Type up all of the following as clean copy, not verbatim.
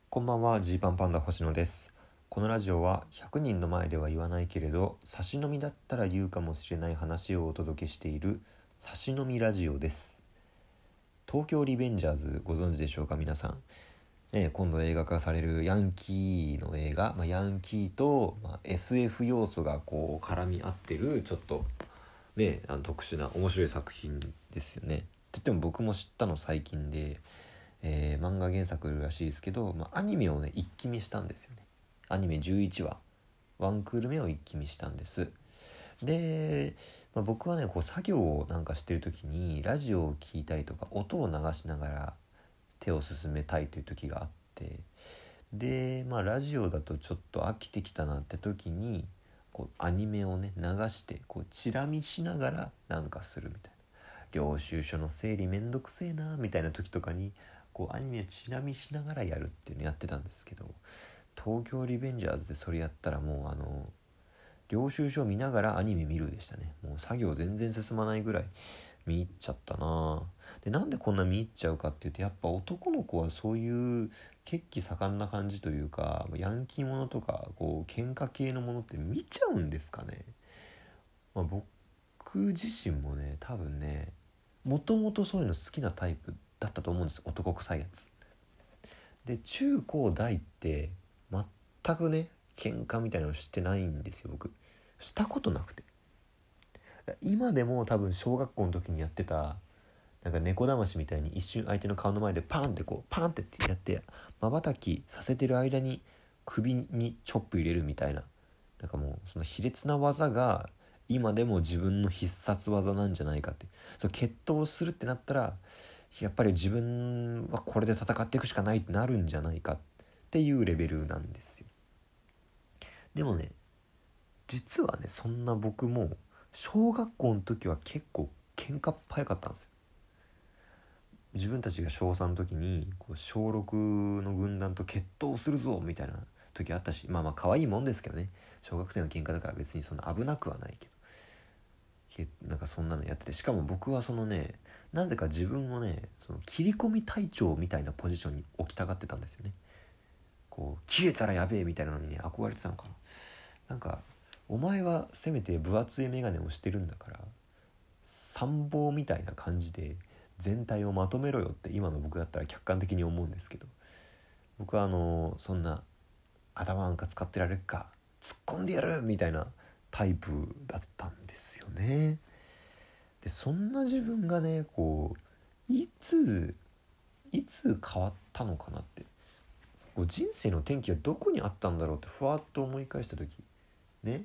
こんばんは、ジーパンパンダ星野です。このラジオは100人の前では言わないけれど差し飲みだったら言うかもしれない話をお届けしている差し飲みラジオです。東京リベンジャーズご存知でしょうか皆さん。今度映画化されるヤンキーの映画、ヤンキーと、SF 要素がこう絡み合ってるちょっと特殊な面白い作品ですよね。って言っても僕も知ったの最近で、漫画原作らしいですけど、アニメをね一気見したんですよね。アニメ11話ワンクール目を一気見したんです。で、僕はねこう作業をなんかしてる時にラジオを聞いたりとか音を流しながら手を進めたいという時があって、でラジオだとちょっと飽きてきたなって時にこうアニメをね流してこうチラ見しながらなんかするみたいな、領収書の整理めんどくせえなみたいな時とかにこうアニメをチラ見しながらやるっていうのやってたんですけど、東京リベンジャーズでそれやったらもう領収書見ながらアニメ見るでしたね。もう作業全然進まないぐらい見入っちゃったな。でなんでこんな見入っちゃうかっていうと、やっぱ男の子はそういう血気盛んな感じというか、ヤンキーものとかこう喧嘩系のものって見ちゃうんですかね。僕自身もね多分ねもともとそういうの好きなタイプだったと思うんです。男臭いやつで、中高大って全くね喧嘩みたいなのしてないんですよ。僕したことなくて、今でも多分小学校の時にやってたなんか猫だましみたいに一瞬相手の顔の前でパンってこうパンってやって瞬きさせてる間に首にチョップ入れるみたいな、なんかもうその卑劣な技が今でも自分の必殺技なんじゃないかって、そう決闘するってなったらやっぱり自分はこれで戦っていくしかないってなるんじゃないかっていうレベルなんですよ。でもね実はねそんな僕も小学校の時は結構喧嘩っ早かったんですよ。自分たちが小3の時にこう小6の軍団と決闘するぞみたいな時あったし、可愛いもんですけどね、小学生の喧嘩だから別にそんな危なくはないけど、なんかそんなのやってて、しかも僕はそのねなぜか自分をねその切り込み隊長みたいなポジションに置きたがってたんですよね。こう切れたらやべえみたいなのに、ね、憧れてたのかな。なんかお前はせめて分厚い眼鏡をしてるんだから参謀みたいな感じで全体をまとめろよって今の僕だったら客観的に思うんですけど、僕はそんな頭なんか使ってられるか突っ込んでやるみたいなタイプだったんですよね。でそんな自分がねこういつ変わったのかなって、こう人生の転機はどこにあったんだろうってふわっと思い返した時ね、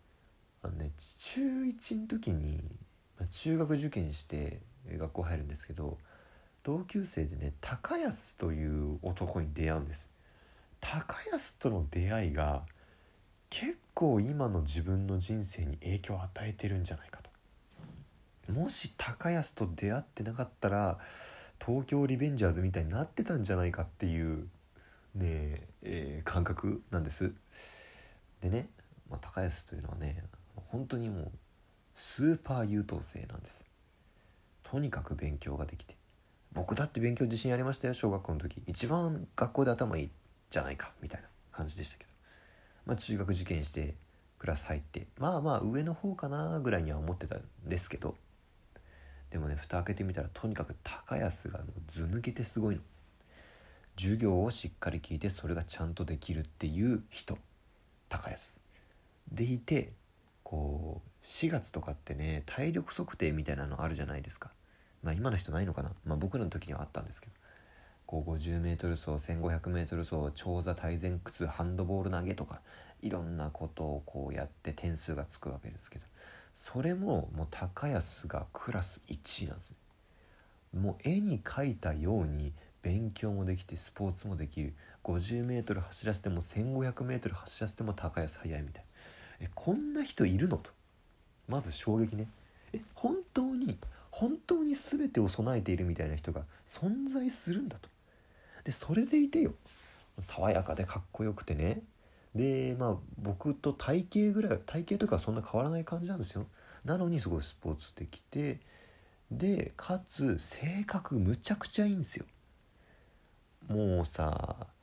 中1の時に、中学受験して学校入るんですけど、同級生でね高安という男に出会うんです。高安との出会いが結構今の自分の人生に影響を与えてるんじゃないかと。もし高安と出会ってなかったら東京リベンジャーズみたいになってたんじゃないかっていう感覚なんです。でね、高安というのはね本当にもうスーパー優等生なんです。とにかく勉強ができて、僕だって勉強自信ありましたよ。小学校の時一番学校で頭いいじゃないかみたいな感じでしたけど、中学受験してクラス入って上の方かなぐらいには思ってたんですけど、でもね蓋開けてみたらとにかく高安が図抜けてすごいの。授業をしっかり聞いてそれがちゃんとできるっていう人、高安でいて、こう4月とかってね体力測定みたいなのあるじゃないですか。今の人ないのかな、僕らの時にはあったんですけど、こう 50m 走 1500m 走長座体前屈ハンドボール投げとかいろんなことをこうやって点数がつくわけですけど、それもう高安がクラス1位なんですね。もう絵に描いたように勉強もできてスポーツもできる。 50m 走らせても 1500m 走らせても高安速いみたいな、こんな人いるのとまず衝撃ね。本当に全てを備えているみたいな人が存在するんだと。でそれでいてよ、爽やかでかっこよくてね、で僕と体型とかはそんな変わらない感じなんですよ。なのにすごいスポーツできて、でかつ性格むちゃくちゃいいんですよ。もうさ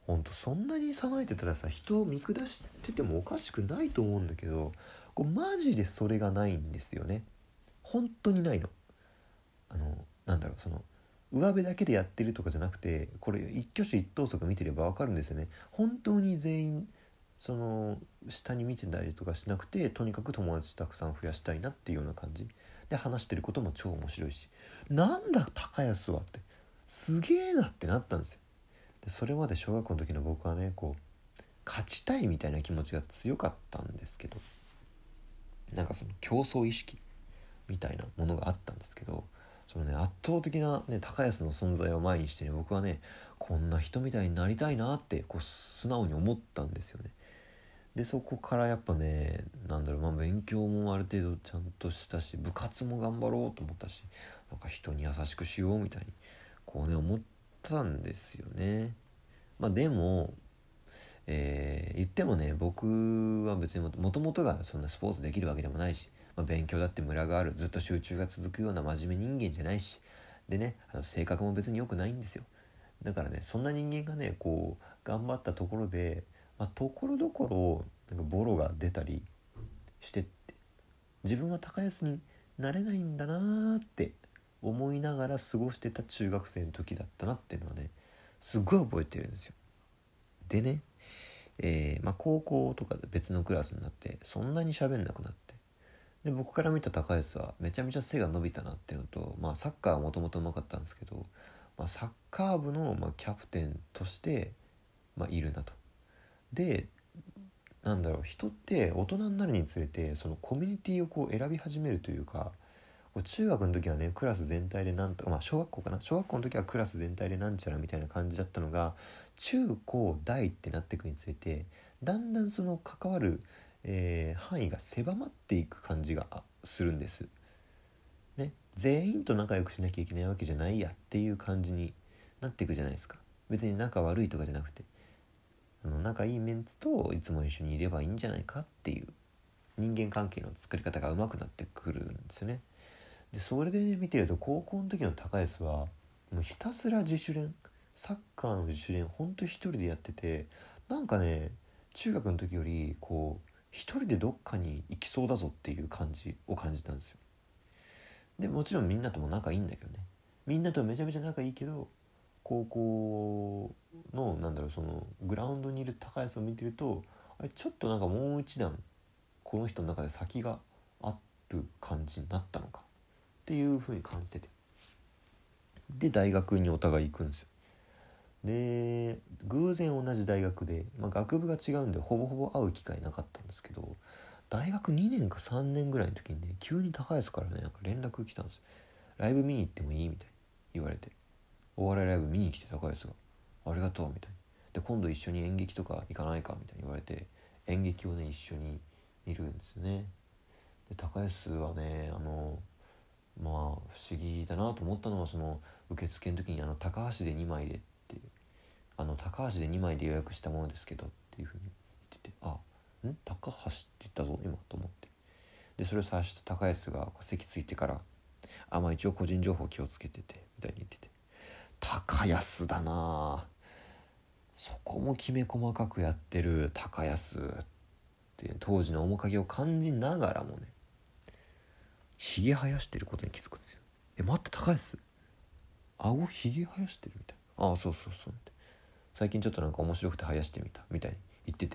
ほんとそんなにさないてたらさ、人を見下しててもおかしくないと思うんだけど、マジでそれがないんですよね。本当にないの。なんだろう、上辺だけでやってるとかじゃなくて、これ一挙手一投足見てれば分かるんですよね。本当に全員下に見てたりとかしなくて、とにかく友達たくさん増やしたいなっていうような感じで話してることも超面白いし、なんだ高安はってすげえなってなったんですよ。でそれまで小学校の時の僕はね、勝ちたいみたいな気持ちが強かったんですけど、なんか競争意識みたいなものがあったんですけど、圧倒的な、高安の存在を前にしてね、僕はね、こんな人みたいになりたいなって素直に思ったんですよね。でそこからやっぱね、勉強もある程度ちゃんとしたし、部活も頑張ろうと思ったし、なんか人に優しくしようみたいに思ったんですよね。でも、言ってもね、僕は別にもともとがそんなスポーツできるわけでもないし、勉強だってムラがある、ずっと集中が続くような真面目人間じゃないし、でね、性格も別に良くないんですよ。だからね、そんな人間がね頑張ったところで、ところどころボロが出たりしてって、自分は高安になれないんだなって思いながら過ごしてた中学生の時だったなっていうのはね、すっごい覚えてるんですよ。でね、高校とかで別のクラスになってそんなに喋んなくなって、で僕から見た高安はめちゃめちゃ背が伸びたなっていうのと、サッカーはもともとうまかったんですけど、サッカー部のキャプテンとしているなと。で人って大人になるにつれてそのコミュニティを選び始めるというか、中学の時はねクラス全体でなんとか、小学校かな、小学校の時はクラス全体でなんちゃらみたいな感じだったのが、中高大ってなっていくにつれてだんだん関わる、範囲が狭まっていく感じがするんですね。全員と仲良くしなきゃいけないわけじゃないやっていう感じになっていくじゃないですか。別に仲悪いとかじゃなくて、仲いいメンツといつも一緒にいればいいんじゃないかっていう人間関係の作り方が上手くなってくるんですよね。でそれでね見てると、高校の時の高安はもうひたすら自主練、サッカーの自主練ほんと一人でやってて、中学の時より一人でどっかに行きそうだぞっていう感じを感じたんですよ。でもちろんみんなとも仲いいんだけどね、みんなとめちゃめちゃ仲いいけど、高校のグラウンドにいる高安を見てると、あれちょっともう一段この人の中で先がある感じになったのかっていう風に感じてて、で大学にお互い行くんですよ。で偶然同じ大学で、学部が違うんでほぼほぼ会う機会なかったんですけど、大学2年か3年ぐらいの時にね、急に高安からね連絡来たんですよ。ライブ見に行ってもいいみたいに言われて、お笑いライブ見に来て高安がありがとうみたいで、今度一緒に演劇とか行かないかみたいに言われて、演劇をね一緒に見るんですね。で高安はね不思議だなと思ったのは、受付の時に高橋で2枚でっていう、高橋で2枚で予約したものですけどっていう風に言ってて、高橋って言ったぞ今と思って、でそれを察した高安が席ついてから、一応個人情報気をつけててみたいに言ってて、高安だな、そこもきめ細かくやってる高安って当時の面影を感じながらもね、ひげ生やしてることに気づくんですよ。待って、高安顎ひげ生やしてるみたいな、そうそうそう、最近ちょっと面白くて生やしてみたみたいに言ってて、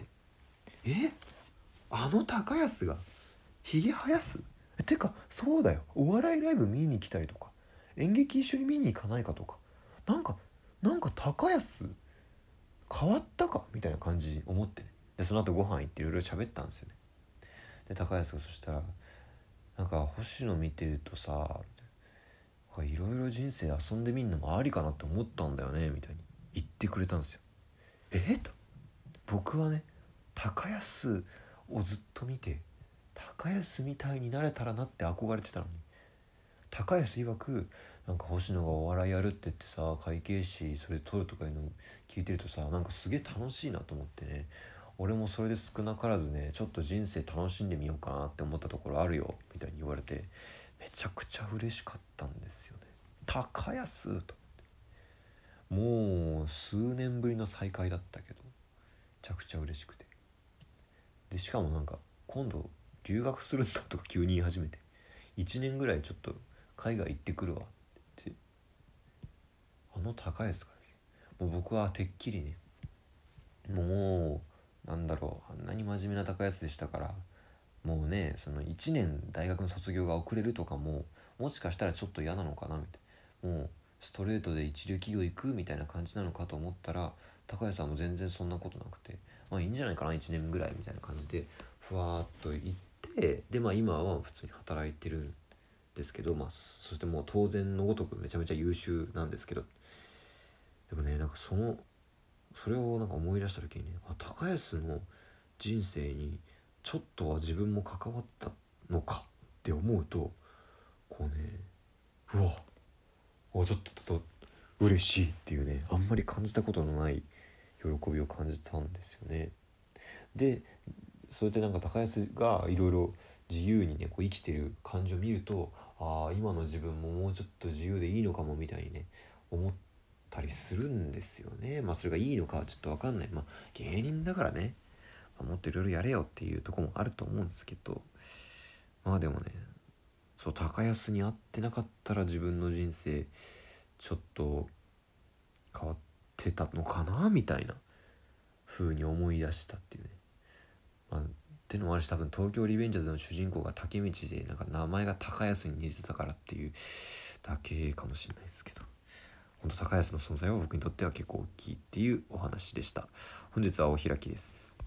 高安がひげ生やす、てかそうだよ、お笑いライブ見に来たりとか演劇一緒に見に行かないかとか、なんか高安変わったかみたいな感じ思ってね。でその後ご飯行っていろいろ喋ったんですよね。で高安がそしたら星野見てるとさ、いろいろ人生遊んでみんのもありかなって思ったんだよねみたいに言ってくれたんですよ。と僕はね、高安をずっと見て高安みたいになれたらなって憧れてたのに、高安曰く星野がお笑いやるって言ってさ、会計士それ取るとかいうの聞いてるとさ、すげえ楽しいなと思ってね、俺もそれで少なからずねちょっと人生楽しんでみようかなって思ったところあるよみたいに言われて、めちゃくちゃ嬉しかったんですよね。高安ともう数年ぶりの再会だったけどめちゃくちゃ嬉しくて、でしかもなんか今度留学するんだとか急に言い始めて、1年ぐらいちょっと海外行ってくるわって高安がです。もう僕はてっきりね、もうなんだろう、あんなに真面目な高安でしたから、もうねその1年大学の卒業が遅れるとかももしかしたらちょっと嫌なのかなみたいな、もうストレートで一流企業行くみたいな感じなのかと思ったら、高安さんも全然そんなことなくて、まあいいんじゃないかな1年ぐらいみたいな感じでふわーっと行って、でまあ今は普通に働いてるんですけど、まあそしてもう当然のごとくめちゃめちゃ優秀なんですけど、でもねなんかそれをなんか思い出した時にね、高安の人生にちょっとは自分も関わったのかって思うと、こうね、うわちょっと嬉しいっていうね、あんまり感じたことのない喜びを感じたんですよね。でそうやってなんか高安がいろいろ自由にねこう生きてる感じを見ると、今の自分ももうちょっと自由でいいのかもみたいにね思ったりするんですよね。まあそれがいいのかはちょっと分かんない。まあ芸人だからね、もっといろいろやれよっていうところもあると思うんですけど、まあでもね、そう高安に会ってなかったら自分の人生ちょっと変わってたのかなみたいな風に思い出したっていうね。ってのもあるし、多分東京リベンジャーズの主人公が竹道でなんか名前が高安に似てたからっていうだけかもしれないですけど、本当高安の存在は僕にとっては結構大きいっていうお話でした。本日はお開きです。